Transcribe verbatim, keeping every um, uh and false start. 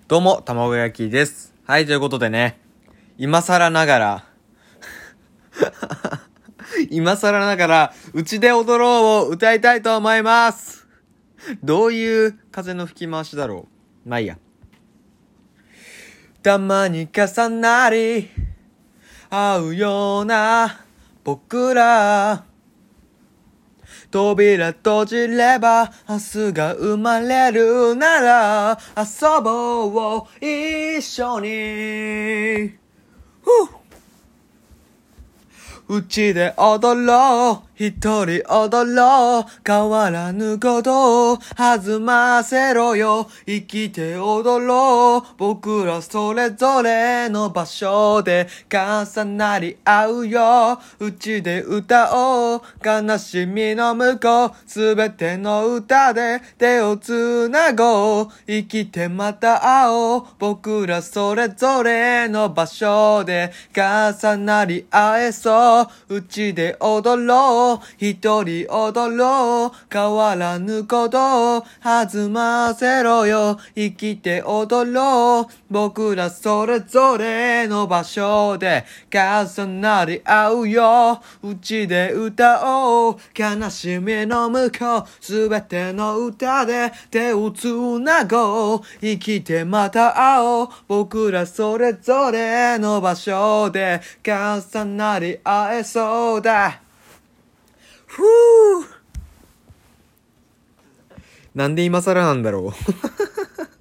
どうも、卵焼きです。はい、ということでね、今更ながら、今更ながら、うちで踊ろうを歌いたいと思います。どういう風の吹き回しだろう。まあいいや。たまに重なり合うような僕ら、扉閉じれば明日が生まれるなら遊ぼう一緒に。うちで踊ろう、一人踊ろう、変わらぬことを弾ませろよ。生きて踊ろう、僕らそれぞれの場所で重なり合うよ。うちで歌おう、悲しみの向こう、すべての歌で手をつなごう。生きてまた会おう、僕らそれぞれの場所で重なり合えそう。うちで踊ろう、一人踊ろう、変わらぬことを弾ませろよ。生きて踊ろう、僕らそれぞれの場所で重なり合うよ。うちで歌おう、悲しみの向こう、すべての歌で手をつなごう。生きてまた会おう、僕らそれぞれの場所で重なり合えそうだ。ふぅ、なんで今更なんだろう